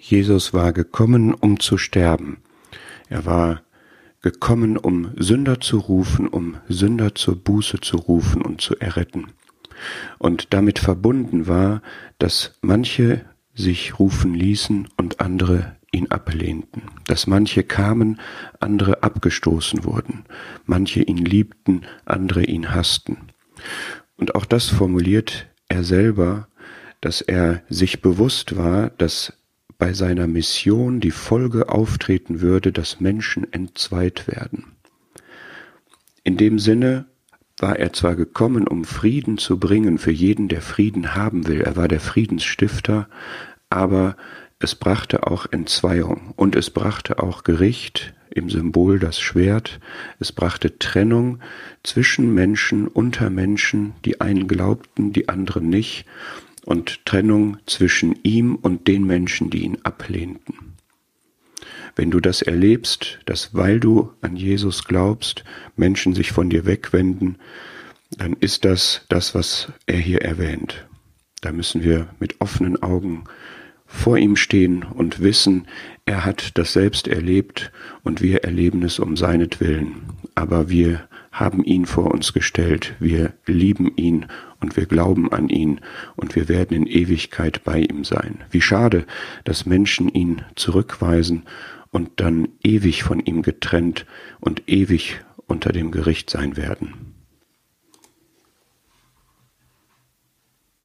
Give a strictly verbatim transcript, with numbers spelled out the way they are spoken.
Jesus war gekommen, um zu sterben. Er war gekommen, um Sünder zu rufen, um Sünder zur Buße zu rufen und zu erretten. Und damit verbunden war, dass manche sich rufen ließen und andere ihn ablehnten, dass manche kamen, andere abgestoßen wurden, manche ihn liebten, andere ihn hassten. Und auch das formuliert er selber, dass er sich bewusst war, dass bei seiner Mission die Folge auftreten würde, dass Menschen entzweit werden. In dem Sinne war er zwar gekommen, um Frieden zu bringen für jeden, der Frieden haben will, er war der Friedensstifter, aber es brachte auch Entzweiung und es brachte auch Gericht, im Symbol das Schwert, es brachte Trennung zwischen Menschen, unter Menschen, die einen glaubten, die anderen nicht, und Trennung zwischen ihm und den Menschen, die ihn ablehnten. Wenn du das erlebst, dass weil du an Jesus glaubst, Menschen sich von dir wegwenden, dann ist das das, was er hier erwähnt. Da müssen wir mit offenen Augen vor ihm stehen und wissen, er hat das selbst erlebt und wir erleben es um seinetwillen. Aber wir haben ihn vor uns gestellt, wir lieben ihn und wir glauben an ihn und wir werden in Ewigkeit bei ihm sein. Wie schade, dass Menschen ihn zurückweisen und dann ewig von ihm getrennt und ewig unter dem Gericht sein werden.